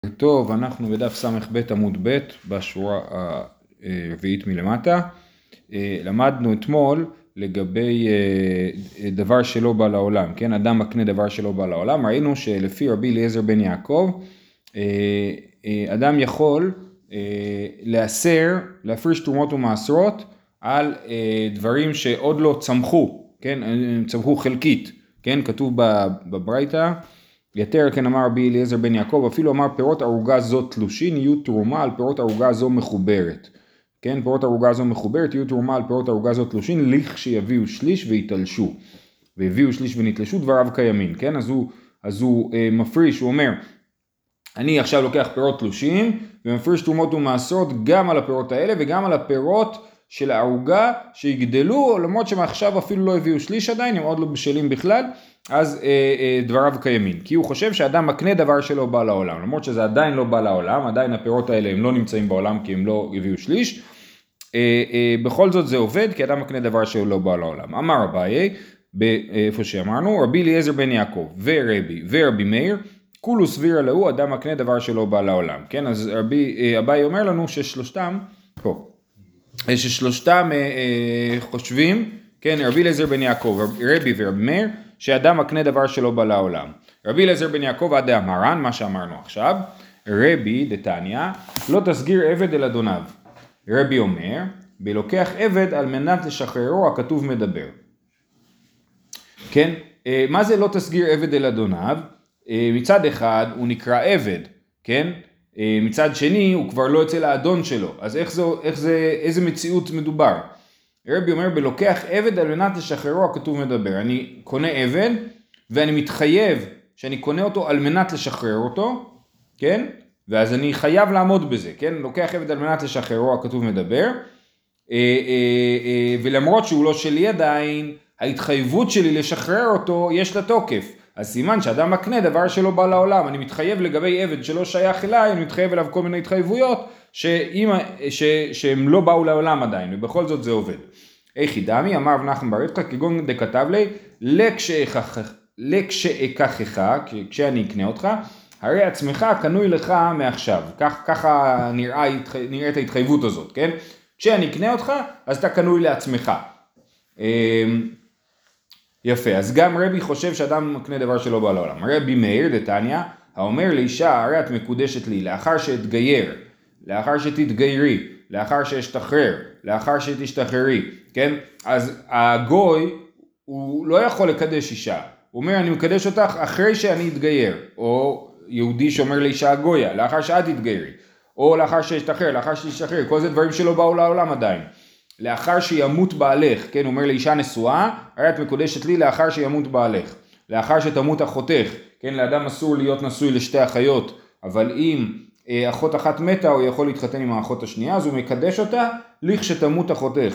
טוב, אנחנו בדף ס"ב עמוד ב' בשורה הרביעית מלמטה. למדנו אתמול לגבי דבר שלא בא לעולם, כן? אדם מקנה דבר שלא בא לעולם. ראינו שלפי רבי אליעזר בן יעקב, אדם יכול לאסר, להפריש תרומות ומעשרות על דברים שעוד לא צמחו, כן? הם צמחו חלקית, כן? כתוב בברייתא, יתר כן אמר רבי אליעזר בן יעקב, אפילו אמר פירות ערוגה זו תלושין יהיו תרומה על פירות ערוגה זו מחוברת. כן, פירות ערוגה זו מחוברת יהיו תרומה על פירות ערוגה זו תלושין לכשיביאו שליש ויתלשו. והביאו שליש ונתלשו דבריו קיימים, כן? אז הוא מפריש, הוא אומר, אני עכשיו לוקח פירות תלושים ומפריש תרומות ומעשרות גם על הפירות האלה וגם על הפירות של הערוגה שיגדלו, למרות שמעכשיו אפילו לא הביאו שליש עדיין, הם עוד לא בשלים בכלל, אז דבריו קיימים. כי הוא חושב שאדם מקנה דבר שלא בא לעולם, למרות שזה עדיין לא בא לעולם, עדיין הפירות האלה הם לא נמצאים בעולם כי הם לא הביאו שליש, בכל זאת זה עובד כי אדם מקנה דבר שלא בא לעולם. אמר אביי, איפה שאמרנו, רבי אליעזר בן יעקב ורבי מאיר, כולו סביר להוא אדם מקנה דבר שלא בא לעולם. כן, אז אביי אומר לנו ששלושתם חושבים, כן, רבי אליעזר בן יעקב, רבי ורבי מאיר, שאדם מקנה דבר שלא בא לעולם. רבי אליעזר בן יעקב עד דאמרן, מה שאמרנו עכשיו, רבי דתניא, לא תסגיר עבד אל אדוניו. רבי אומר, בלוקח עבד על מנת לשחררו, הכתוב מדבר. כן, מה זה לא תסגיר עבד אל אדוניו? מצד אחד הוא נקרא עבד, כן? מצד שני הוא כבר לא אצל האדון שלו, אז איזה מציאות מדובר? רבי אומר בלוקח עבד על מנת לשחררו, הכתוב מדבר. אני קונה עבד ואני מתחייב שאני קונה אותו על מנת לשחרר אותו, כן? ואז אני חייב לעמוד בזה, כן? לוקח עבד על מנת לשחררו, הכתוב מדבר, ולמרות שהוא לא שלי עדיין, ההתחייבות שלי לשחרר אותו יש לה תוקף. אז סימן שאדם מקנה דבר שלא בא לעולם, אני מתחייב לגבי עבד שלא שייך אליי, אני מתחייב אליו כל מיני התחייבויות שהם לא באו לעולם עדיין, ובכל זאת זה עובד. איך דמי, אמר רב נחמן בר יפחא, כגון דכתב לי, לכשאקחך, כשאני אקנה אותך, הרי עצמך קנוי לך מעכשיו. ככה נראית ההתחייבות הזאת, כן? כשאני אקנה אותך, אז אתה קנוי לעצמך. יפה, אז גם רבי חושב שאדם מקנה דבר שלא בא לעולם. רבי מאיר דתניא, האומר לאישה, הרי את מקודשת לי, לאחר שאתגייר, לאחר שתתגיירי, לאחר שאשתחרר, לאחר שתשתחררי, כן? אז הגוי, הוא לא יכול לקדש אישה. הוא אומר, אני מקדש אותך אחרי שאני אתגייר. או יהודי שאומר לאישה הגויה, לאחר שאת תתגיירי. או לאחר שאשתחרר, לאחר שתשתחרר. כל זה דברים שלא באו לעולם עדיין. לאחר שימות בעלך, כן, הוא אומר לאישה נשואה, הרי את מקודשת לי לאחר שימות בעלך. לאחר שתמות אחותך, כן, לאדם אסור להיות נשוי לשתי אחיות, אבל אם אחות אחת מתה, הוא יכול להתחתן עם האחות השנייה, אז הוא מקדש אותה לכשתמות אחותך.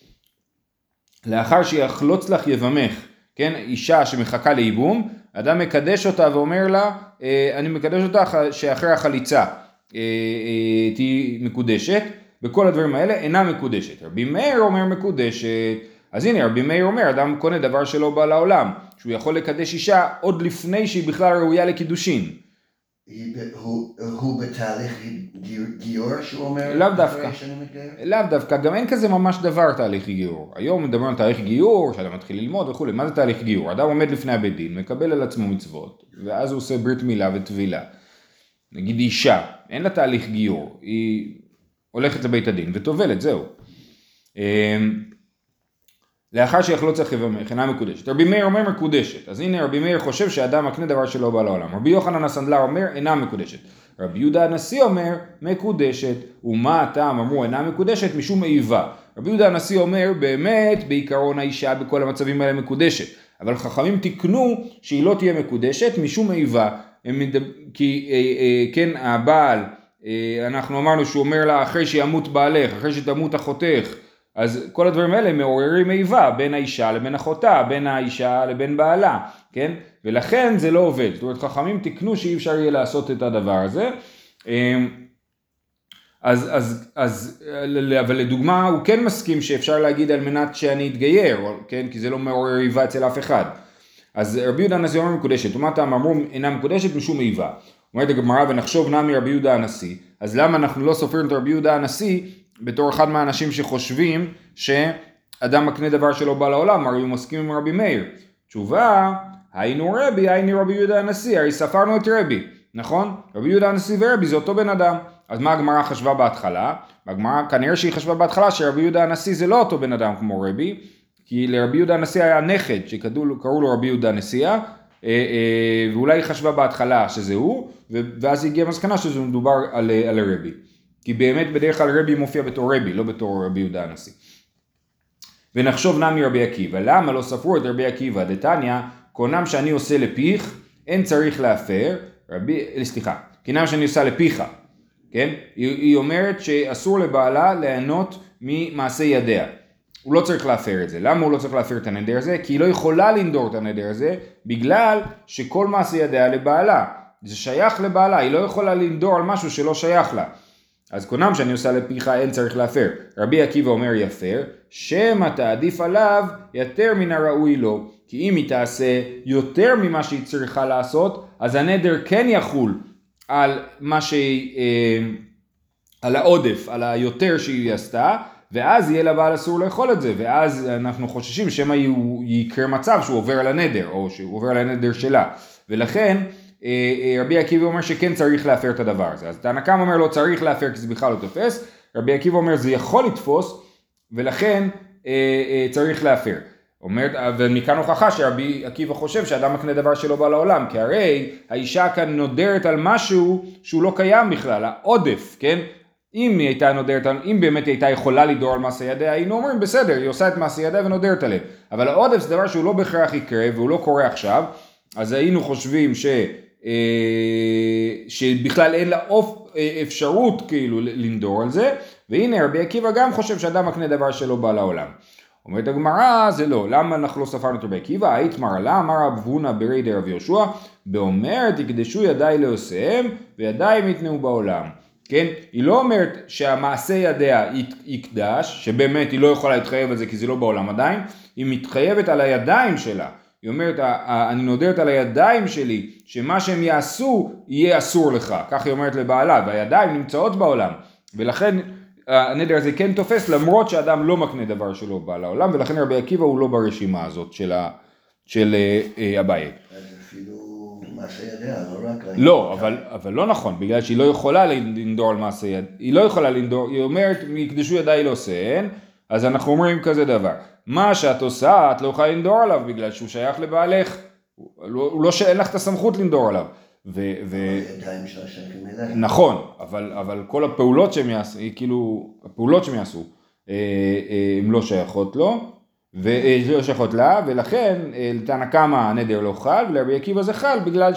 לאחר שיחלוץ לך יבמך, כן, אישה שמחכה לייבום, אדם מקדש אותה ואומר לה, אני מקדש אותך שאחרי החליצה תהי מקודשת, וכל הדברים האלה אינה מקודשת. רבי מאיר אומר מקודשת, אז הנה רבי מאיר אומר, אדם קונה דבר שלא בא לעולם, שהוא יכול לקדש אישה עוד לפני שהיא בכלל ראויה לקידושין. הוא בתהליך גיור שהוא אומר? לאו דווקא, גם אין כזה ממש דבר תהליך גיור. היום מדברים על תהליך גיור, שאדם מתחיל ללמוד וכו'. מה זה תהליך גיור? אדם עומד לפני הבית דין, מקבל על עצמו מצוות, ואז הוא עושה ברית מילה וטבילה. נגיד אישה, אין לה תהליך גיור, היא הולכת לבית הדין וטובלת, זהו. לאחר שיחלוץ לך יבמך, אינה מקודשת. רבי מאיר אומר מקודשת. אז הנה רבי מאיר חושב שאדם מקנה דבר שלא בא לעולם. רבי יוחנן הסנדלר אומר אינה מקודשת. רבי יהודה הנשיא אומר מקודשת. ומה הטעם? אמרו אינה מקודשת משום איבה. רבי יהודה הנשיא אומר באמת בעיקרון האישה בכל המצבים האלה מקודשת. אבל חכמים תקנו שהיא לא תהיה מקודשת משום איבה. כי כן הבעל, אנחנו אמרנו שהוא אומר לה אחרי שימות בעלך, אחרי שתמות אחותך, אז כל הדברים האלה מעוררים איבה בין האישה לבין אחותה, בין האישה לבין בעלה, כן? ולכן זה לא עובד. זאת אומרת, חכמים תקנו שאי אפשר יהיה לעשות את הדבר הזה. אבל לדוגמה, הוא כן מסכים שאפשר להגיד על מנת שאני אתגייר, כן? כי זה לא מעורר איבה אצל אף אחד. אז רבי יהודה הנשיא אומר מקודשת, ומה טעם? אמרו אינה מקודשת משום איבה. אומרת הגמרא ונחשוב נמי רבי יהודה הנשיא, אז למה אנחנו לא סופרים את רבי יהודה הנשיא בתור אחד מהאנשים שחושבים שאדם מקנה דבר שלא בא לעולם, הרי הוא מסכים עם רבי מאיר? תשובה, היינו רבי יהודה הנשיא, הרי ספרנו את רבי, נכון? רבי יהודה הנשיא ורבי זה אותו בן אדם. אז מה הגמרא חשבה בהתחלה? הגמרא כנראה שהיא חשבה בהתחלה שרבי יהודה הנשיא זה לא אותו בן אדם כמו רבי, כי לרבי יהודה הנשיא היה נכד שקראו לו רבי יהודה נשיאה, ואולי היא חשבה בהתחלה שזה הוא, ואז הגיעה מסקנה שזה מדובר על רבי. כי באמת בדרך כלל רבי מופיע בתור רבי, לא בתור רבי יהודה הנשיא. ונחשוב נמי רבי עקיבא, למה לא ספרו את רבי עקיבא? דתניא, קונם שאני עושה לפיך, אין צריך להפר, קינם שאני עושה לפיך, כן? היא אומרת שאסור לבעלה ליהנות ממעשה ידיה. הוא לא צריך להפר את זה. למה הוא לא צריך להפר את הנדר הזה? כי היא לא יכולה לנדור את הנדר הזה, בגלל שכל מעשה ידיה לבעלה. זה שייך לבעלה, היא לא יכולה לנדור על משהו שלא שייך לה. אז קונם שאני עושה לפיך אין צריך להפר. רבי עקיבא אומר יפר, שמא תעדיף עליו יותר מן הראוי לו. כי אם היא תעשה יותר ממה שהיא צריכה לעשות, אז הנדר כן יחול על מה על העודף, על היותר שהיא עשתה, ואז יהיה לבעל אסור לאכול את זה, ואז אנחנו חוששים שמא יקרה מצב שהוא עובר על הנדר, או שהוא עובר על הנדר שלה. ולכן רבי עקיבא אומר שכן צריך להפר את הדבר הזה. אז תנא קמא אומר לא צריך להפר כי זה בכלל לא תופס, רבי עקיבא אומר זה יכול לתפוס, ולכן צריך להפר. ומכאן הוכחה שרבי עקיבא חושב שאדם מקנה דבר שלא בא לעולם, כי הרי האישה כאן נודרת על משהו שהוא לא קיים בכלל, העודף, כן? אם היא הייתה נודרת, אם באמת היא הייתה יכולה לדור על מעשה ידיה, היינו אומרים בסדר, היא עושה את מעשה ידיה ונודרת עליהם. אבל העודף זה דבר שהוא לא בהכרח יקרה והוא לא קורה עכשיו, אז היינו חושבים שבכלל אין לה אפשרות כאילו לנדור על זה, והנה רבי עקיבא גם חושב שאדם מקנה דבר שלא בא לעולם. אומרת הגמרא זה לא, למה אנחנו לא ספרנו את רבי עקיבא? היתמר לה, אמר רב הונא ברי דרב יהושע, באומרת יקדשו ידיי לעושיהם וידיים יתנאו בעולם. כן? היא לא אומרת שהמעשה ידיה יקדש, שבאמת היא לא יכולה להתחייב על זה כי זה לא בעולם עדיין, היא מתחייבת על הידיים שלה. היא אומרת, אני נודרת על הידיים שלי, שמה שהם יעשו יהיה אסור לך. כך היא אומרת לבעלה, והידיים נמצאות בעולם. ולכן הנדר הזה כן תופס, למרות שאדם לא מקנה דבר שלא בא לעולם, ולכן רבי עקיבא הוא לא ברשימה הזאת של אביי. מעשה ידיה, לא רק... לא, אבל לא נכון, בגלל שהיא לא יכולה לנדור על מעשה יד. היא לא יכולה לנדור, היא אומרת, מקדשו ידיי לא עושה, אז אנחנו אומרים כזה דבר. מה שאת עושה, את לא יכולה לנדור עליו, בגלל שהוא שייך לבעלך. אין לך את הסמכות לנדור עליו. הידיים שלה שייכים אליי. נכון, אבל כל הפעולות שהם יעשו, כאילו, הפעולות שהם יעשו, הן לא שייכות לו. ולא שייכות לה, ולכן לתנא קמא הנדר לא חל, ולרבי עקיבא זה חל בגלל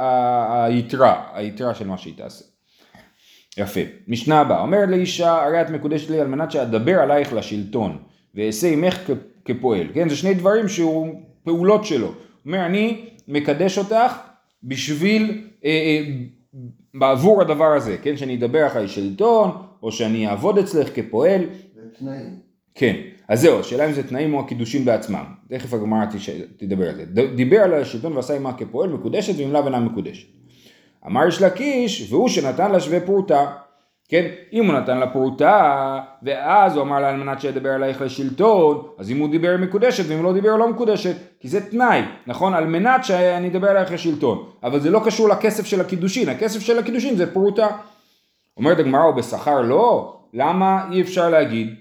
היתרה של מה שהיא תעשה. יפה. משנה הבאה, אומרת לאישה, הרי את מקודשת לי על מנת שאדבר עלייך לשלטון, ואעשה עמך כפועל. כן, זה שני דברים שהוא פעולות שלו. אומר, אני מקדש אותך בשביל, בעבור הדבר הזה, כן, שאני אדבר אחרי שלטון, או שאני אעבוד אצלך כפועל. זה תנאים. כן. אז זהו, השאלה אם זה תנאים או הקידושים בעצמם. תכף הגמרא תדבר על זה. דיבר על השלטון ועשה עמה כפועל מקודשת ואם לאו אינה מקודשת. אמר יש לקיש, והוא שנתן לה שווה פרוטה. כן? אם הוא נתן לה פרוטה, ואז הוא אמר לה על מנת שידבר עלייך לשלטון, אז אם הוא דיבר מקודשת, ואם לא דיבר לא מקודשת, כי זה תנאי, נכון? על מנת שאני אדבר עלייך לשלטון. אבל זה לא קשור לכסף של הקידושין. הכסף של הקידושין זה פרוטה. אומרת הגמרא, הוא בשכר לא? למה אי אפשר להגיד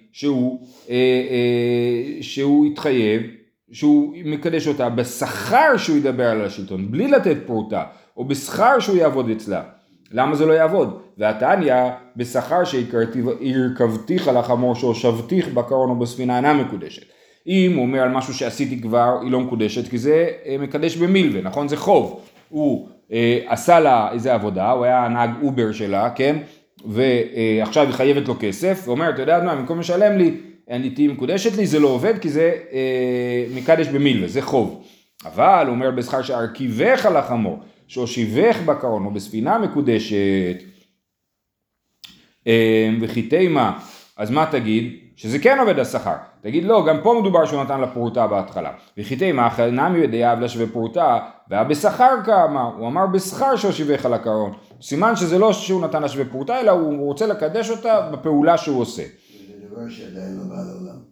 שהוא יתחייב, שהוא מקדש אותה בשכר שהוא ידבר על השלטון, בלי לתת פרוטה, או בשכר שהוא יעבוד אצלה? למה זה לא יעבוד? והתניא, בשכר שהרכבתיך על החמור שהושבתיך בקרון או בספינה אינה מקודשת. אם הוא אומר על משהו שעשיתי כבר, היא לא מקודשת, כי זה מקדש במילווה, נכון? זה חוב. הוא עשה לה איזה עבודה, הוא היה נהג אובר שלה, כן? ועכשיו היא חייבת לו כסף, ואומרת, אתה יודע מה, במקום משלם לי, אני תהי מקודשת לי, זה לא עובד, כי זה מקדש במילווה, זה חוב. אבל הוא אומר בשכר שהרכיבך על החמור, שהושיבך בקרון או בספינה מקודשת, וכי תימה, אז מה תגיד? שזה כן עובד השכר. תגיד לא, גם פה מדובר שהוא נתן לה פרוטה בהתחלה. וחיתי מאכל נמי בידי אב לה שווה פרוטה, והיה בשכר כאמר, הוא אמר בשכר שהושיבך על הקרון. סימן שזה לא שהוא נתן לה שווה פרוטה, אלא הוא רוצה לקדש אותה בפעולה שהוא עושה. זה דבר שעדיין לא בא לעולם.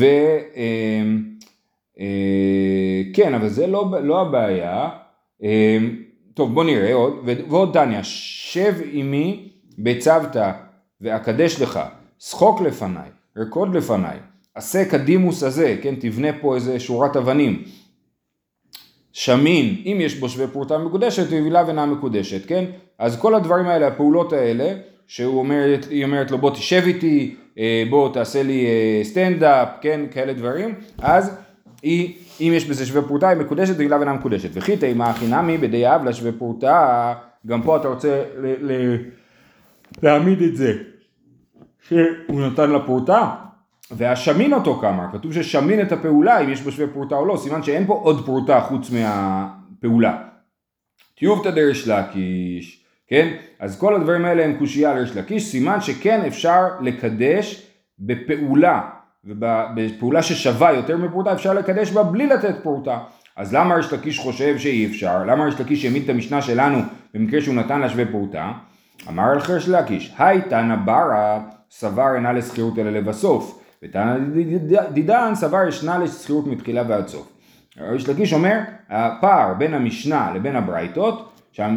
כן, אבל זה לא הבעיה. טוב, בוא נראה עוד. ועוד תניא, שב עמי בצוותא ואקדש לך, שחוק לפניי, רקוד לפניי, עשה קדימוס הזה, כן, תבנה פה איזה שורת אבנים. שמין, אם יש בו שווה פרוטה מקודשת, ויבילה ואינה מקודשת, כן? אז כל הדברים האלה, הפעולות האלה, היא אומרת לו בוא תשב איתי, בוא תעשה לי סטנדאפ, כן, כאלה דברים, אז אם יש בזה שווה פרוטה, היא מקודשת, ויבילה ואינה מקודשת. וחיתי מה חינמי בידי אב לה שווה פרוטה, גם פה אתה רוצה להעמיד את זה, שהוא נתן לה פרוטה, והשמין אותו כמה, כתוב ששמין את הפעולה, אם יש בו שווה פרוטה או לא, סימן שאין פה עוד פרוטה חוץ מהפעולה. תיובתא דריש לקיש, כן? אז כל הדברים האלה הם קושייה לריש לקיש, סימן שכן אפשר לקדש בפעולה, ובפעולה ששווה יותר מפרוטה, אפשר לקדש בה בלי לתת פרוטה. אז למה ריש לקיש חושב שאי אפשר? למה ריש לקיש העמיד את המשנה שלנו במקרה שהוא נתן לה שווה פרוטה? אמר לך ריש לקיש, היי תנא ברא סבר אינה לסחירות אלא לבסוף, ותנא דידן סבר ישנה לסחירות מתחילה ועד סוף. ריש לקיש אומר, הפער בין המשנה לבין הברייתות,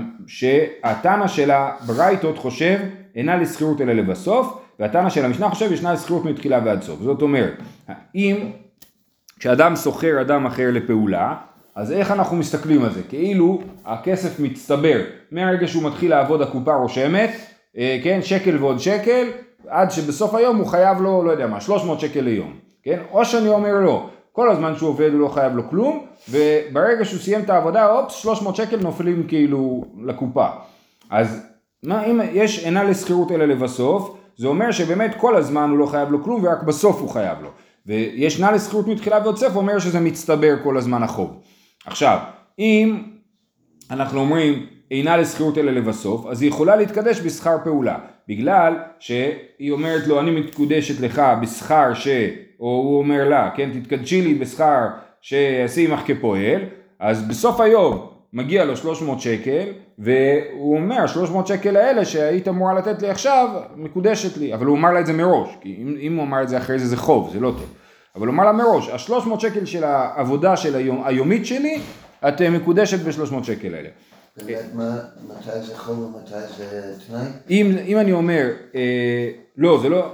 שהתנא של הברייתות חושב אינה לסחירות אלא לבסוף, והתנא של המשנה חושב ישנה לסחירות מתחילה ועד סוף. זאת אומרת, אם כשאדם סוחר אדם אחר לפעולה, אז איך אנחנו מסתכלים על זה? כאילו הכסף מצטבר, מהרגע שהוא מתחיל לעבוד הקופה רושמת, כן, שקל ועוד שקל, עד שבסוף היום הוא חייב לו, לא יודע מה, 300 שקל ליום, כן? או שאני אומר לו, כל הזמן שהוא עובד הוא לא חייב לו כלום, וברגע שהוא סיים את העבודה, אופס, 300 שקל נופלים כאילו לקופה. אז מה, אם יש אינה לסחירות אלא לבסוף, זה אומר שבאמת כל הזמן הוא לא חייב לו כלום, ורק בסוף הוא חייב לו. ויש אינה לסחירות מתחילה ועוד סוף, אומר שזה מצטבר כל הזמן החוב. עכשיו, אם אנחנו אומרים אינה לסחירות אלא לבסוף, אז היא יכולה להתקדש בשכר פעולה, בגלל שהיא אומרת לו אני מתקודשת לך בשכר או הוא אומר לה, כן, תתקדשי לי בשכר שעשי עמך כפועל, אז בסוף היום מגיע לו 300 שקל, והוא אומר 300 שקל האלה שהיית אמורה לתת לי עכשיו, מקודשת לי, אבל הוא אומר לה את זה מראש, כי אם הוא אמר את זה אחרי זה חוב, זה לא טוב. אבל הוא אמר לה מראש, 300 שקל של העבודה של היומית שלי, את מקודשת ב-300 שקל האלה. מתי זה חוב ומתי זה תנאי? אם אני אומר, לא, זה לא,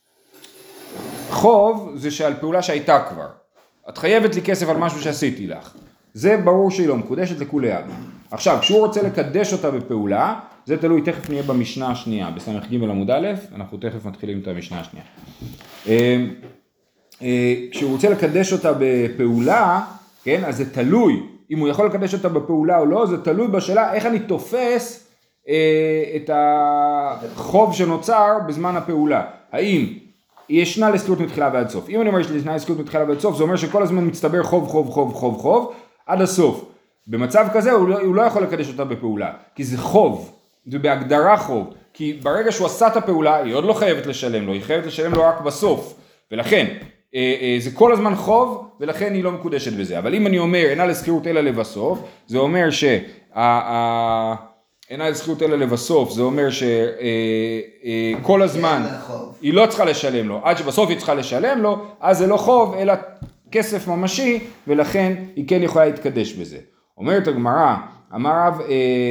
חוב זה שעל פעולה שהייתה כבר, את חייבת לי כסף על משהו שעשיתי לך, זה ברור שהיא לא מקודשת לכולי עלמא. עכשיו, כשהוא רוצה לקדש אותה בפעולה, זה תלוי, תכף נהיה במשנה השנייה, בסמך ג' עמוד א', אנחנו תכף מתחילים את המשנה השנייה. כשהוא רוצה לקדש אותה בפעולה, כן, אז זה תלוי, אם הוא יכול לקדש אותה בפעולה או לא, זה תלוי בשאלה איך אני תופס את החוב שנוצר בזמן הפעולה. האם ישנה לסחירות מתחילה ועד סוף? אם אני אומר שישנה לסחירות מתחילה ועד סוף, זה אומר שכל הזמן מצטבר חוב עד הסוף. במצב כזה הוא לא יכול לקדש אותה בפעולה, כי זה חוב, זה בהגדרה חוב, כי ברגע שהוא עשה את הפעולה, היא עוד לא חייבת לשלם לו, היא חייבת לשלם לו רק בסוף, ולכן זה כל הזמן חוב, ולכן היא לא מקודשת בזה. אבל אם אני אומר אינה לסחירות אלא לבסוף, זה אומר אינה לסחירות אלא לבסוף, זה אומר שכל הזמן היא לא צריכה לשלם לו, עד שבסוף היא צריכה לשלם לו, אז זה לא חוב אלא כסף ממשי, ולכן היא כן יכולה להתקדש בזה. אומרת הגמרא, אמר רב,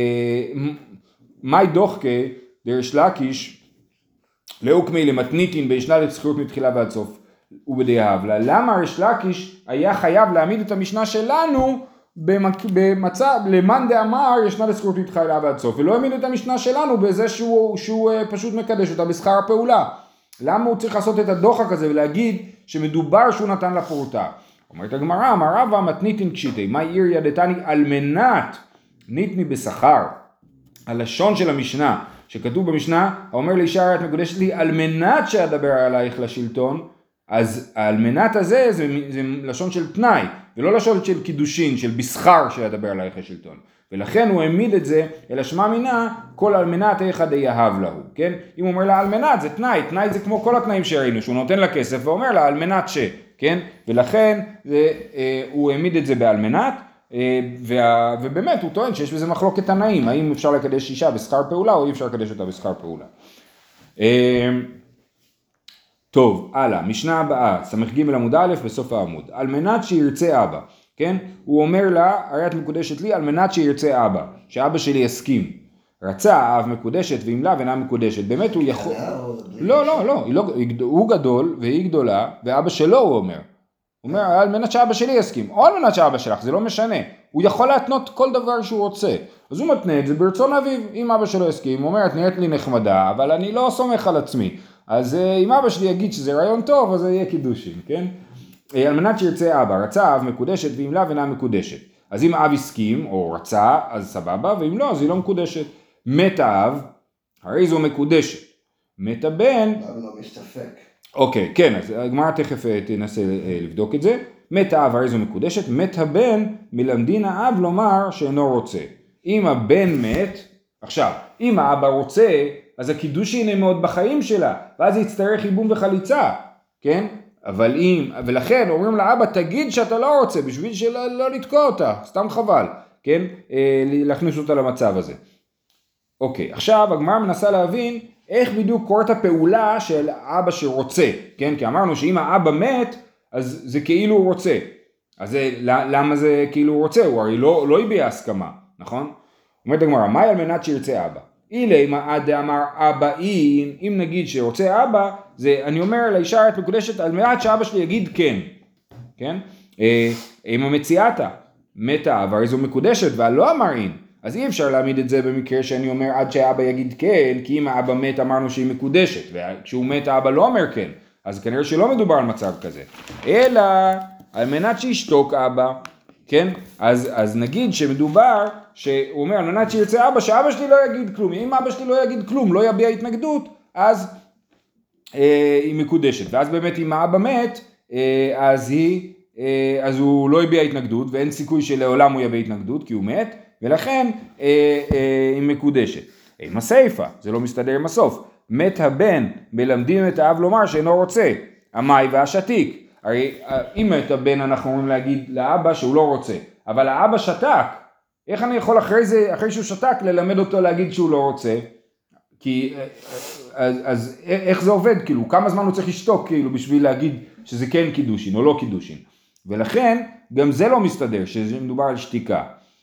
מאי דוחקי דריש לקיש, לאוקמי למתניתין בישנה לסחירות מתחילה ועד סוף, ובדיעב לה, למה ריש לקיש היה חייב להעמיד את המשנה שלנו במצב, למאן דאמר ישנה לסחירות מתחילה ועד סוף, ולא העמיד את המשנה שלנו בזה שהוא פשוט מקדש אותה בשכר הפעולה. למה הוא צריך לעשות את הדוחק הזה ולהגיד שמדובר שהוא נתן לה פרוטה? אומרת הגמרא, אמר רבא מתניתין קשיטי, מה עיר ידתני על מנת ניתני בשכר. הלשון של המשנה, שכתוב במשנה, האומר לאישה את מקודשת לי על מנת שאדבר עלייך לשלטון, אז על מנת הזה זה לשון של תנאי, ולא לשון של קידושין, של בשכר שאדבר עלייך לשלטון. ולכן הוא העמיד את זה, אלא שמע מינה, כל אלמנת איכא דייהב להו, כן? אם הוא אומר לה אלמנת זה תנאי, תנאי זה כמו כל התנאים שראינו, שהוא נותן לה כסף ואומר לה אלמנת כן? ולכן הוא העמיד את זה באלמנת, ובאמת הוא טוען שיש בזה מחלוקת תנאים, האם אפשר לקדש אישה בשכר פעולה או אי אפשר לקדש אותה בשכר פעולה. טוב, הלאה, משנה הבאה, ס"ג עמוד א' בסוף העמוד, על מנת שירצה אבא, כן? הוא אומר לה, הרי את מקודשת לי על מנת שירצה אבא, שאבא שלי יסכים. רצה האב מקודשת ואם לאו אינה מקודשת, באמת הוא יכול... לא, הוא גדול והיא גדולה, ואבא שלו הוא אומר. הוא אומר, על מנת שאבא שלי יסכים, או על מנת שאבא שלך, זה לא משנה. הוא יכול להתנות כל דבר שהוא רוצה. אז הוא מתנה את זה ברצון אביו, אם אבא שלו יסכים, הוא אומר, את נראית לי נחמדה, אבל אני לא סומך על עצמי. אז אם אבא שלי יגיד שזה רעיון טוב, אז זה יהיה קידושין, כן? על מנת שירצה אבא, רצה אב מקודשת ואם לאו אינה מקודשת. אז אם אב הסכים או רצה, אז סבבה, ואם לא, אז היא לא מקודשת. מת האב, הרי זו מקודשת. מת הבן... אבל לא מסתפק. אוקיי, כן, אז הגמרא תכף תנסה לבדוק את זה. מת האב, הרי זו מקודשת. מת הבן, מלמדין האב לומר שאינו רוצה. אם הבן מת, עכשיו, אם האבא רוצה, אז הקידושין הם מאוד בחיים שלה, ואז יצטרך ייבום וחליצה, כן? ולכן אומרים לאבא, תגיד שאתה לא רוצה, בשביל שלא לתקוע אותה, סתם חבל, כן? להכניס אותה למצב הזה. אוקיי, עכשיו הגמרא מנסה להבין איך בדיוק קורית הפעולה של אבא שרוצה, כן? כי אמרנו שאם האבא מת, אז זה כאילו הוא רוצה. אז למה זה כאילו הוא רוצה? הוא הרי לא הביע הסכמה, נכון? אומרת הגמרא, מה על מנת שירצה אבא? אילי מה עד אמר אבא אם נגיד שרוצה אבא, זה אני אומר לאישה את מקודשת על מנת שאבא שלי יגיד כן, כן? אם המציאתה מתה אבא, הרי זו מקודשת והלא אמר אין, אז אי אפשר להעמיד את זה במקרה שאני אומר עד שהאבא יגיד כן, כי אם האבא מת אמרנו שהיא מקודשת, וכשהוא מת האבא לא אומר כן, אז כנראה שלא מדובר על מצב כזה, אלא על מנת שישתוק אבא, כן? אז נגיד שמדובר, שהוא אומר, על מנת שירצה אבא, שאבא שלי לא יגיד כלום. אם אבא שלי לא יגיד כלום, לא יביע התנגדות, אז היא מקודשת. ואז באמת אם האבא מת, אז הוא לא יביע התנגדות, ואין סיכוי שלעולם הוא יביע התנגדות, כי הוא מת, ולכן היא מקודשת. עם הסייפה, זה לא מסתדר עם הסוף. מת הבן, מלמדים את האב לומר שאינו רוצה, המאי והשתיק. הרי אם את הבן אנחנו אומרים להגיד לאבא שהוא לא רוצה, אבל האבא שתק, איך אני יכול אחרי שהוא שתק ללמד אותו להגיד שהוא לא רוצה? כי אז איך זה עובד? כאילו כמה זמן הוא צריך לשתוק כאילו בשביל להגיד שזה כן קידושין או לא קידושין, ולכן גם זה לא מסתדר שזה מדובר על שתיקה.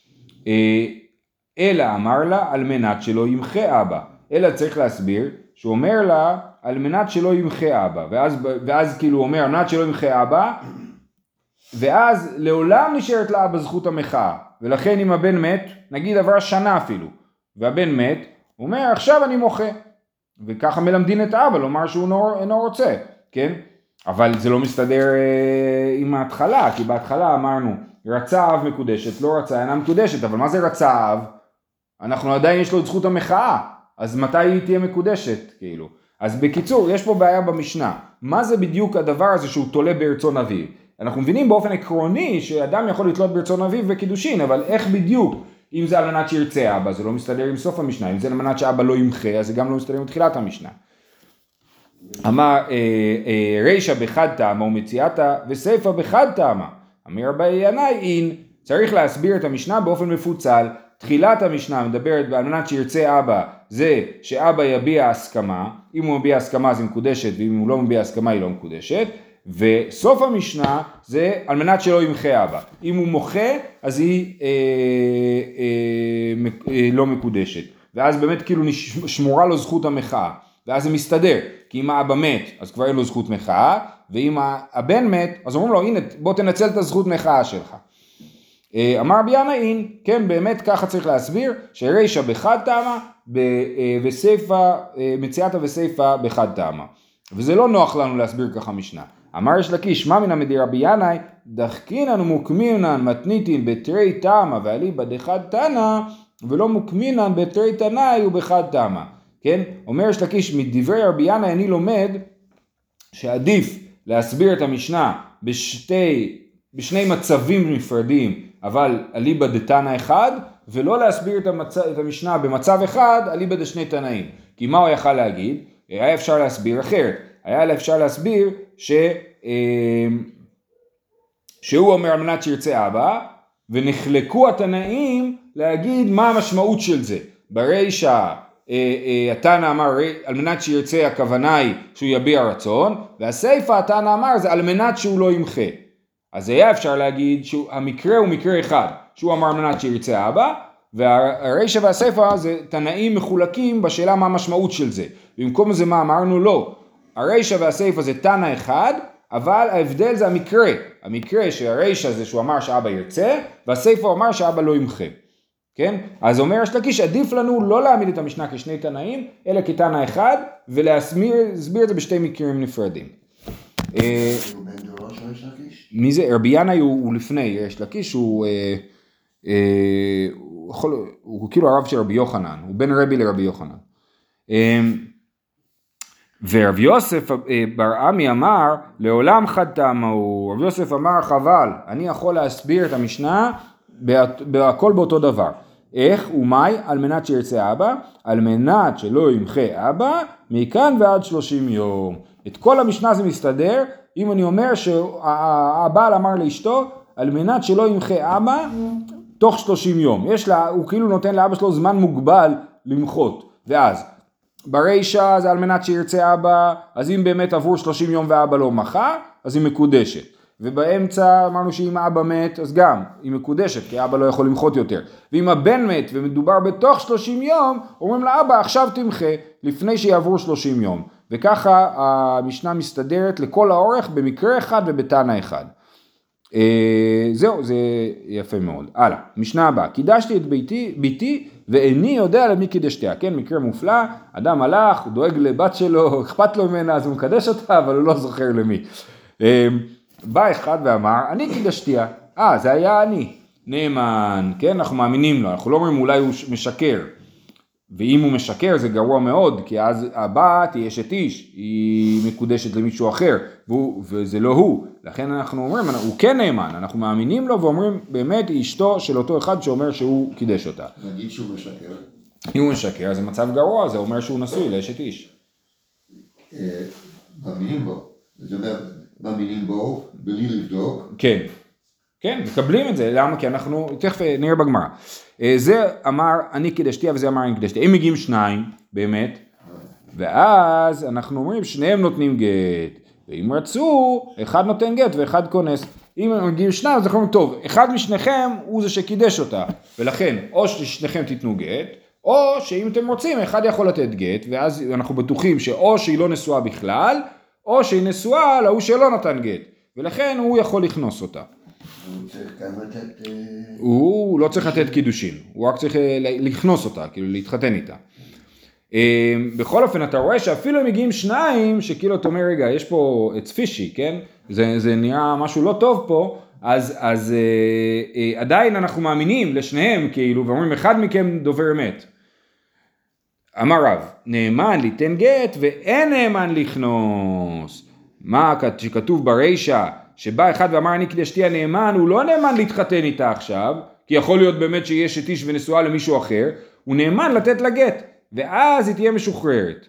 אלא אמר לה על מנת שלא ימחה אבא, אלא צריך להסביר שהוא אומר לה על מנת שלא ימחה אבא, ואז כאילו הוא אומר על מנת שלא ימחה אבא, ואז לעולם נשארת לאבא זכות המחאה, ולכן אם הבן מת, נגיד עברה שנה אפילו, והבן מת, הוא אומר עכשיו אני מוחה, וככה מלמדין את האבא לומר שהוא אינו רוצה, כן? אבל זה לא מסתדר עם ההתחלה, כי בהתחלה אמרנו רצה אב מקודשת, לא רצה אינה מקודשת, אבל מה זה רצה אב? אנחנו עדיין יש לו את זכות המחאה, אז מתי היא תהיה מקודשת כאילו? אז בקיצור, יש פה בעיה במשנה. מה זה בדיוק הדבר הזה שהוא תולה ברצון אביו? אנחנו מבינים באופן עקרוני שאדם יכול לתלות ברצון אביו וקידושין, אבל איך בדיוק? אם זה על מנת שירצה אבא, זה לא מסתדר עם סוף המשנה. אם זה על מנת שאבא לא ימחה, אז זה גם לא מסתדר עם תחילת המשנה. אמר רישא בחד טעמה ומציאתה וסייפא בחד טעמה. אמר רבי ינאי אין, צריך להסביר את המשנה באופן מפוצל. תחילת המשנה מדברת על מנת שירצה אבא, זה שאבא יביע הסכמה, אם הוא מביע הסכמה אז היא מקודשת, ואם הוא לא מביע הסכמה היא לא מקודשת, וסוף המשנה זה על מנת שלא ימחה אבא, אם הוא מוחה אז היא לא מקודשת, ואז באמת כאילו שמורה לו זכות המחאה, ואז זה מסתדר, כי אם האבא מת אז כבר אין לו זכות מחאה, ואם הבן מת אז אומרים לו הנה בוא תנצל את הזכות מחאה שלך. אמר רבי ינאי אין, כן באמת ככה צריך להסביר, שרישא בחד טעמה וסייפא, מציאתה וסייפא בחד טעמה. וזה לא נוח לנו להסביר ככה משנה. אמר יש לקיש, מה מינא מדי רבי ינאי, דחקינן ומוקמינן מתניתין בתרי טעמה ואליבא דחד תנא, ולא מוקמינן בתרי תנאי ובחד טעמה. כן? אומר יש לקיש, מדברי רבי ינאי אני לומד שעדיף להסביר את המשנה בשני מצבים נפרדים, אבל אליבא דתנא אחד, ולא להסביר את המשנה במצב אחד, אליבא דשני תנאים. כי מה הוא יכל להגיד? היה אפשר להסביר אחרת. היה אפשר להסביר שהוא אומר על מנת שירצה אבא, ונחלקו התנאים להגיד מה המשמעות של זה. ברישא התנא אמר על מנת שירצה הכוונה היא שהוא יביע רצון, והסיפא התנא אמר זה על מנת שהוא לא ימחה. אז היה אפשר להגיד שהמקרה הוא מקרה אחד, שהוא אמר על מנת שירצה אבא, והרישא והסיפא זה תנאים מחולקים בשאלה מה המשמעות של זה. במקום זה מה אמרנו? לא. הרישא והסיפא זה תנא אחד, אבל ההבדל זה המקרה. המקרה שהרישא זה שהוא אמר שאבא ירצה, והסיפא אמר שאבא לא ימחה. כן? אז אומר יש לקיש, עדיף לנו לא להעמיד את המשנה כשני תנאים, אלא כתנא אחד, ולהסביר את זה בשתי מקרים נפרדים. מי זה? רבי ינאי הוא לפני יש לקיש, הוא כאילו הרב של רבי יוחנן, הוא בן רבי לרבי יוחנן. ורב יוסף בר עמי אמר, לעולם חד טעמו, רב יוסף אמר חבל, אני יכול להסביר את המשנה הכל באותו דבר. איך ומאי? על מנת שירצה אבא, על מנת שלא ימחה אבא, מכאן ועד 30 יום. את כל המשנה זה מסתדר, אם אני אומר שהבעל אמר לאשתו, על מנת שלא ימחה אבא, תוך 30 יום. הוא כאילו נותן לאבא שלו זמן מוגבל למחות, ואז ברישא זה על מנת שירצה אבא, אז אם באמת עבור 30 יום ואבא לא מחה, אז היא מקודשת. ובאמצע אמרנו שאם האבא מת, אז גם היא מקודשת, כי האבא לא יכול למחות יותר. ואם הבן מת ומדובר בתוך 30 יום, אומרים לאבא עכשיו תמחה, לפני שיעברו 30 יום. וככה המשנה מסתדרת לכל האורך במקרה אחד ובתנא אחד. זהו, זה יפה מאוד. הלאה, משנה הבאה. קידשתי את ביתי ואיני יודע למי קידשתיה. כן, מקרה מופלא, אדם הלך, הוא דואג לבת שלו, אכפת לו ממנה, אז הוא מקדש אותה, אבל הוא לא זוכר למי. בא אחד ואמר, אני קידשתיה. זה היה אני. נאמן, כן, אנחנו מאמינים לו, אנחנו לא אומרים אולי הוא משקר. ואם הוא משקר זה גרוע מאוד, כי אז הבת היא אשת איש, היא מקודשת למישהו אחר, וזה לא הוא. לכן אנחנו אומרים, הוא כן נאמן, אנחנו מאמינים לו ואומרים, באמת היא אשתו של אותו אחד שאומר שהוא קידש אותה. נגיד שהוא משקר. אם הוא משקר, זה מצב גרוע, זה אומר שהוא נשוי לאשת איש. מאמינים בו. זאת אומרת, מאמינים בו, בלי לבדוק. כן. כן, מקבלים את זה, למה? כי אנחנו, תכף נראה בגמרא. זה אמר אני קידשתיה וזה אמר אני קידשתיה. אם מגיעים שניים, באמת, ואז אנחנו אומרים שניהם נותנים גט, ואם רצו, אחד נותן גט ואחד כונס. אם מגיעים שניים, אז אנחנו אומרים, טוב, אחד משניכם הוא זה שקידש אותה, ולכן או ששניכם תיתנו גט, או שאם אתם רוצים, אחד יכול לתת גט, ואז אנחנו בטוחים שאו שהיא לא נשואה בכלל, או שהיא נשואה להוא שלא נתן גט, ולכן הוא יכול לכנוס אותה. הוא לא צריך לתת קידושין, הוא רק צריך לכנוס אותה, כאילו להתחתן איתה. בכל אופן אתה רואה שאפילו הם מגיעים שניים, שכאילו אתה אומר רגע יש פה it's fishy, כן? זה נראה משהו לא טוב פה, אז עדיין אנחנו מאמינים לשניהם כאילו, ואומרים אחד מכם דובר אמת. אמר רב, נאמן ליתן גט ואין נאמן לכנוס. מה שכתוב ברישא, שבא אחד ואמר אני קידשתיה נאמן, הוא לא נאמן להתחתן איתה עכשיו, כי יכול להיות באמת שיש את איש ונשואה למישהו אחר, הוא נאמן לתת לה גט, ואז היא תהיה משוחררת.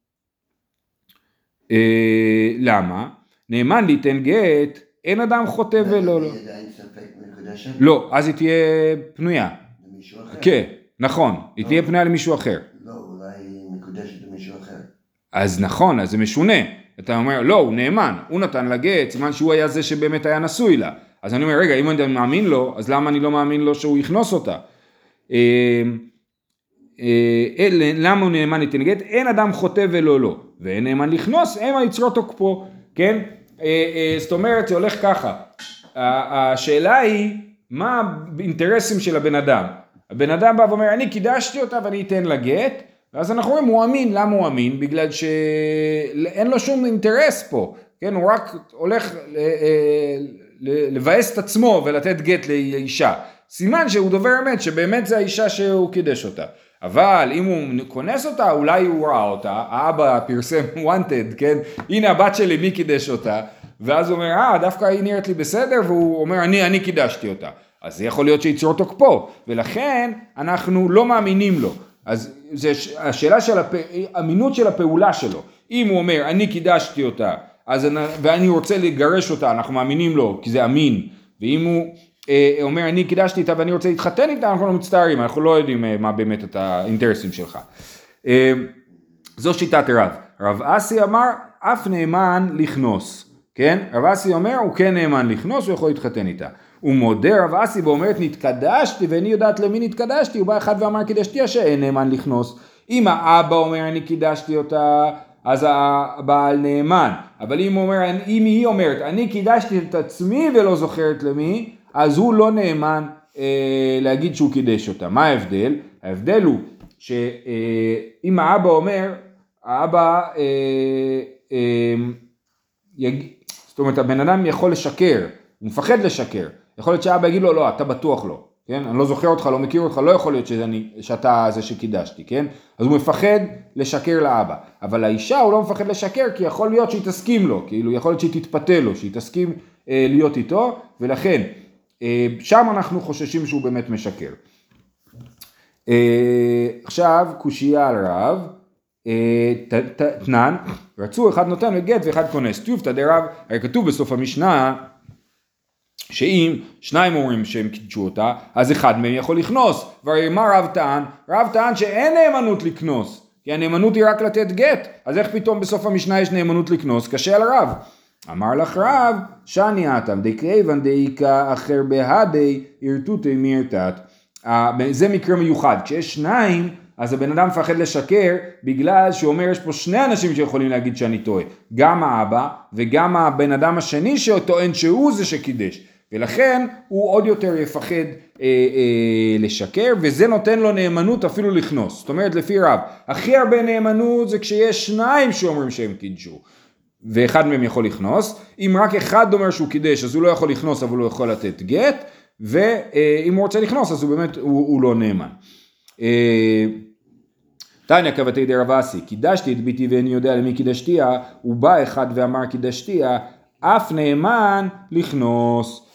למה? נאמן ליתן גט, אין אדם חוטא ולא לא. לא, אז היא תהיה פנויה. למישהו אחר? כן, נכון, היא תהיה פנויה למישהו אחר. לא, אולי היא מקודשת למישהו אחר. אז נכון, אז זה משונה. אתה אומר, לא, הוא נאמן, הוא נתן לה גט, סימן שהוא היה זה שבאמת היה נשוי לה. אז אני אומר, רגע, אם אני מאמין לו, אז למה אני לא מאמין לו שהוא יכנוס אותה? למה הוא נאמן ליתן גט? אין אדם חוטא ולא לא. ואין נאמן לכנוס, הם היצרו תוקפו, כן? זאת אומרת, זה הולך ככה. השאלה היא, מה האינטרסים של הבן אדם? הבן אדם בא ואומר, אני קידשתי אותה ואני אתן לה גט, ואז אנחנו רואים, הוא אמין. למה הוא אמין? בגלל שאין לו שום אינטרס פה, כן? הוא רק הולך לבאס את עצמו ולתת גט לאישה. סימן שהוא דובר אמת, שבאמת זה האישה שהוא קידש אותה. אבל אם הוא כונס אותה, אולי הוא ראה אותה, האבא פרסם wanted, כן? הנה הבת שלי, מי קידש אותה? ואז הוא אומר, דווקא היא נראית לי בסדר, והוא אומר, אני קידשתי אותה. אז זה יכול להיות שיצור תוקפו, ולכן אנחנו לא מאמינים לו. אז זה השאלה של האמינות של הפעולה שלו. אם הוא אומר, אני קידשתי אותה, ואני רוצה לגרש אותה, אנחנו מאמינים לו, כי זה אמין. ואם הוא אומר, אני קידשתי אותה ואני רוצה להתחתן איתה, אנחנו לא מצטערים, אנחנו לא יודעים מה באמת את האינטרסים שלך. זו שיטת רב. רב אסי אמר, אף נאמן לכנוס. כן? רב אסי אומר, הוא כן נאמן לכנוס, הוא יכול להתחתן איתה. הוא מודה רב אסי ואומרת, נתקדשתי, ואני יודעת למי נתקדשתי, הוא בא אחד ואמר, קידשתי שאין נאמן לכנוס. אם האבא אומר, אני קידשתי אותה, אז הבעל נאמן. אבל אם היא אומרת, אני קידשתי את עצמי ולא זוכרת למי, אז הוא לא נאמן להגיד שהוא קידש אותה. מה ההבדל? ההבדל הוא שאם האבא אומר, האבא, זאת אומרת, הבן אדם יכול לשקר, הוא מפחד לשקר. יכול להיות שהאבא יגיד לו, לא, אתה בטוח לא. כן? אני לא זוכר אותך, לא מכיר אותך, לא יכול להיות שאתה זה שקידשתי, כן? אז הוא מפחד לשקר לאבא. אבל האישה הוא לא מפחד לשקר, כי יכול להיות שהיא תסכים לו, כאילו יכול להיות שהיא תתפתה לו, שהיא תסכים להיות איתו, ולכן שם אנחנו חוששים שהוא באמת משקר. עכשיו, קושייה על רב, תנן, רצו אחד נותן לגט ואחד כונס. תיובתא דרב, הרי כתוב בסוף המשנה, שאם שניים אומרים שהם קידשו אותה, אז אחד מהם יכול לכנוס. והרי מה רב טען? רב טען שאין נאמנות לכנוס, כי הנאמנות היא רק לתת גט. אז איך פתאום בסוף המשנה יש נאמנות לכנוס? קשה על רב. אמר לך רב, שאני אתם דקריבן דאיקה אחר בהדי ירתותי מירתת. זה מקרה מיוחד. כשיש שניים, אז הבן אדם מפחד לשקר, בגלל שהוא אומר, יש פה שני אנשים שיכולים להגיד שאני טועה. גם האבא וגם הבן אדם השני שטוען שהוא זה שקידש. ולכן הוא עוד יותר יפחד לשקר, וזה נותן לו נאמנות אפילו לכנוס. זאת אומרת, לפי רב, הכי הרבה נאמנות זה כשיש שניים שאומרים שהם קידשו, ואחד מהם יכול לכנוס. אם רק אחד אומר שהוא קידש, אז הוא לא יכול לכנוס, אבל הוא יכול לתת גט, ואם הוא רוצה לכנוס, אז הוא באמת, הוא לא נאמן. תניא כבתי דרב אסי, קידשתי את ביתי ואני יודע למי קידשתיה, הוא בא אחד ואמר קידשתיה, אף נאמן לכנוס.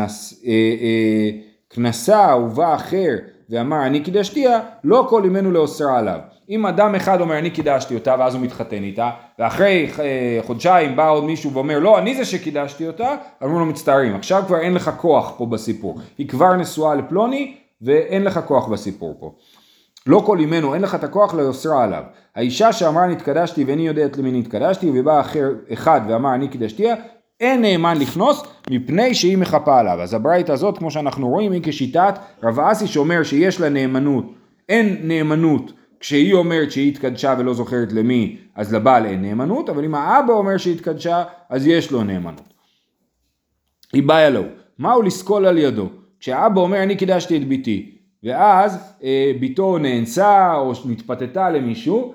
כנסה ובא אחר ואמר אני קידשתיה, לא כל אימנו לאוסרה עליו. אם אדם אחד אומר אני קידשתי אותה ואז הוא מתחתן איתה, ואחרי חודשיים בא עוד מישהו ואומר לא אני זה שקידשתי אותה, אמרו לו מצטערים, עכשיו כבר אין לך כוח פה בסיפור, היא כבר נשואה לפלוני ואין לך כוח בסיפור פה. לא כל אימנו, אין לך את הכוח לאוסרה עליו. האישה שאמרה נתקדשתי ואני יודעת למי נתקדשתי, ובא אחר אחד ואמר אני קידשתיה, אין נאמן לכנוס מפני שהיא מחפה עליו. אז הברייתא הזאת, כמו שאנחנו רואים, היא כשיטת רב אסי שאומר שיש לה נאמנות. אין נאמנות כשהיא אומרת שהיא התקדשה ולא זוכרת למי, אז לבעל אין נאמנות, אבל אם האבא אומר שהיא התקדשה, אז יש לו נאמנות. היא באה לו. מהו לסקול על ידו? כשהאבא אומר אני קידשתי את ביתי, ואז ביתו נאנסה או מתפתתה למישהו,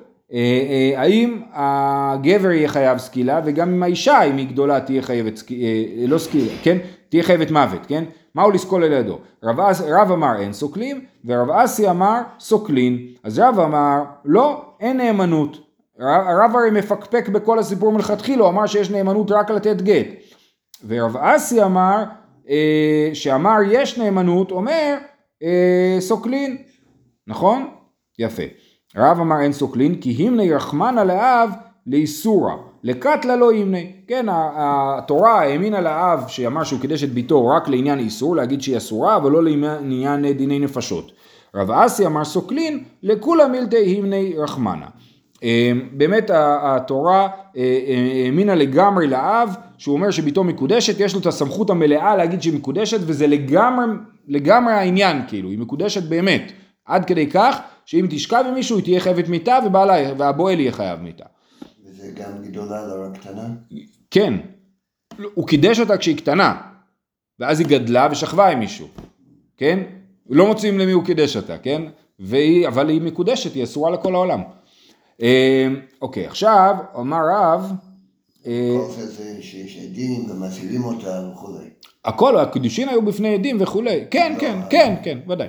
האם הגבר יהיה חייב סקילה, וגם אם האישה, אם היא גדולה, תהיה חייבת, לא סקילה, כן? תהיה חייבת מוות, כן? מהו לסקול על ידו? רב אמר אין סוקלים, ורב אסי אמר סוקלין. אז רב אמר לא, אין נאמנות. הרב הרי מפקפק בכל הסיפור מלכתחילה, הוא אמר שיש נאמנות רק לתת גט. ורב אסי אמר, שאמר יש נאמנות, אומר סוקלין. נכון? יפה. רב אמר אין סוקלין, כי הימני רחמנה לאב לאיסורה, לקטלה לא הימני. כן, התורה האמינה לאב שאמר שהוא קידש את ביתו רק לעניין איסור, להגיד שהיא אסורה, אבל לא לעניין דיני נפשות. רב אסי אמר סוקלין, לכולה מילתי הימני רחמנה. באמת התורה האמינה לגמרי לאב, שהוא אומר שביתו מקודשת, יש לו את הסמכות המלאה להגיד שהיא מקודשת, וזה לגמרי העניין, כאילו, היא מקודשת באמת. עד כדי כך שאם תשכב עם מישהו היא תהיה חייבת מיתה והבועל יהיה חייב מיתה. וזה גם גדולה לא רק קטנה? כן, הוא קידש אותה כשהיא קטנה, ואז היא גדלה ושכבה עם מישהו, כן? לא מוצאים למי הוא קידש אותה, כן? אבל היא מקודשת, היא אסורה לכל העולם. אוקיי, עכשיו אמר רב, כל זה שיש עדים ומסירים אותה וכו'. הכל, הקידושין היו בפני עדים וכו'. כן, כן, כן, כן, ודאי.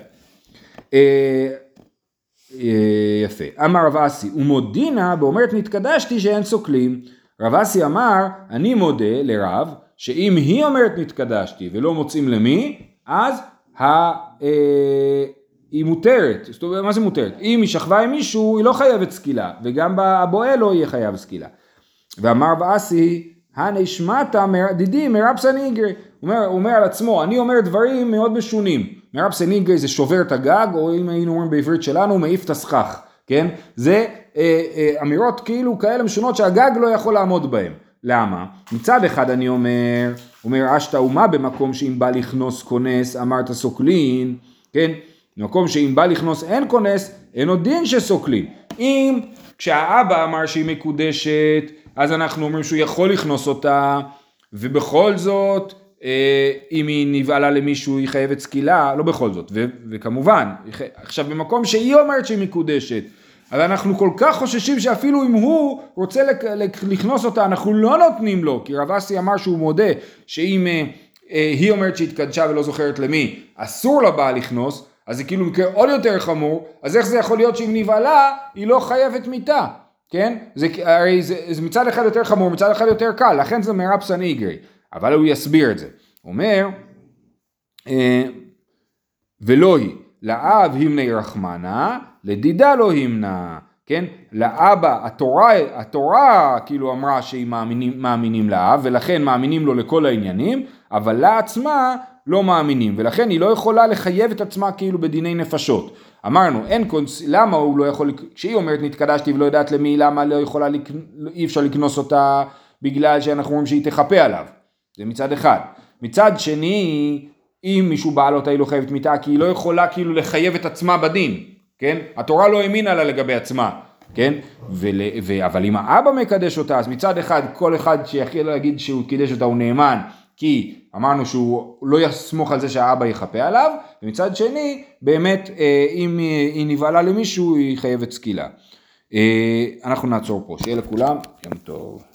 יפה. אמר רב אסי, ומודינה באומרת נתקדשתי שאין סוקלים. רב אסי אמר, אני מודה לרב, שאם היא אומרת נתקדשתי ולא מוצאים למי, אז היא מותרת. זאת אומרת, מה זה מותרת? אם היא שכבה עם מישהו, היא לא חייבת סקילה, וגם הבועל לא יהיה חייב סקילה. ואמר באסי, הנשמתה דידי מרב סניגרי. הוא אומר על עצמו, אני אומר דברים מאוד משונים. מרב סניגרי זה שובר את הגג, או אם היינו אומרים בעברית שלנו, מעיף את הסכך. כן? זה אמירות כאילו כאלה משונות שהגג לא יכול לעמוד בהם. למה? מצד אחד אני אומר אשת אומה במקום שאם בא לכנוס כונס אמרת סוקלין, כן? במקום שאם בא לכנוס אין כונס, אין עוד דין שסוקלין. אם כשהאבא אמר שהיא מקודשת, אז אנחנו אומרים שהוא יכול לכנוס אותה, ובכל זאת, אם היא נבעלה למישהו היא חייבת סקילה, לא בכל זאת, וכמובן, עכשיו במקום שהיא אומרת שהיא מקודשת, אז אנחנו כל כך חוששים שאפילו אם הוא רוצה לכנוס אותה, אנחנו לא נותנים לו, כי רב אסי אמר שהוא מודה, שאם היא אומרת שהתקדשה ולא זוכרת למי, אסור לה באה לכנוס, אז זה כאילו מקרה עוד יותר חמור, אז איך זה יכול להיות שאם נבעלה, היא לא חייבת מיתה, כן? הרי זה מצד אחד יותר חמור, מצד אחד יותר קל, לכן זה מרב סניגרי, אבל הוא יסביר את זה. הוא אומר, ולא היא, לאב המני רחמנה, לדידה לא המנה, כן? לאבא, התורה כאילו אמרה שהיא מאמינים לאב, ולכן מאמינים לו לכל העניינים, אבל לה עצמה לא מאמינים, ולכן היא לא יכולה לחייב את עצמה כאילו בדיני נפשות. אמרנו, למה הוא לא יכול, כשהיא אומרת נתקדשתי ולא יודעת למי, למה לא יכולה, אי אפשר לקנוס אותה, בגלל שאנחנו אומרים שהיא תחפה עליו. זה מצד אחד. מצד שני, אם מישהו בעל אותה היא לא חייבת מיתה, כי היא לא יכולה כאילו לחייב את עצמה בדין, כן? התורה לא האמינה לה לגבי עצמה, כן? אבל אם האבא מקדש אותה, אז מצד אחד, כל אחד שיכול להגיד שהוא קידש אותה הוא נאמן, כי אמרנו שהוא לא יסמוך על זה שהאבא יחפה עליו, ומצד שני, באמת, אם היא נבעלה למישהו, היא חייבת סקילה. אנחנו נעצור פה. שיהיה לכולם, יום טוב.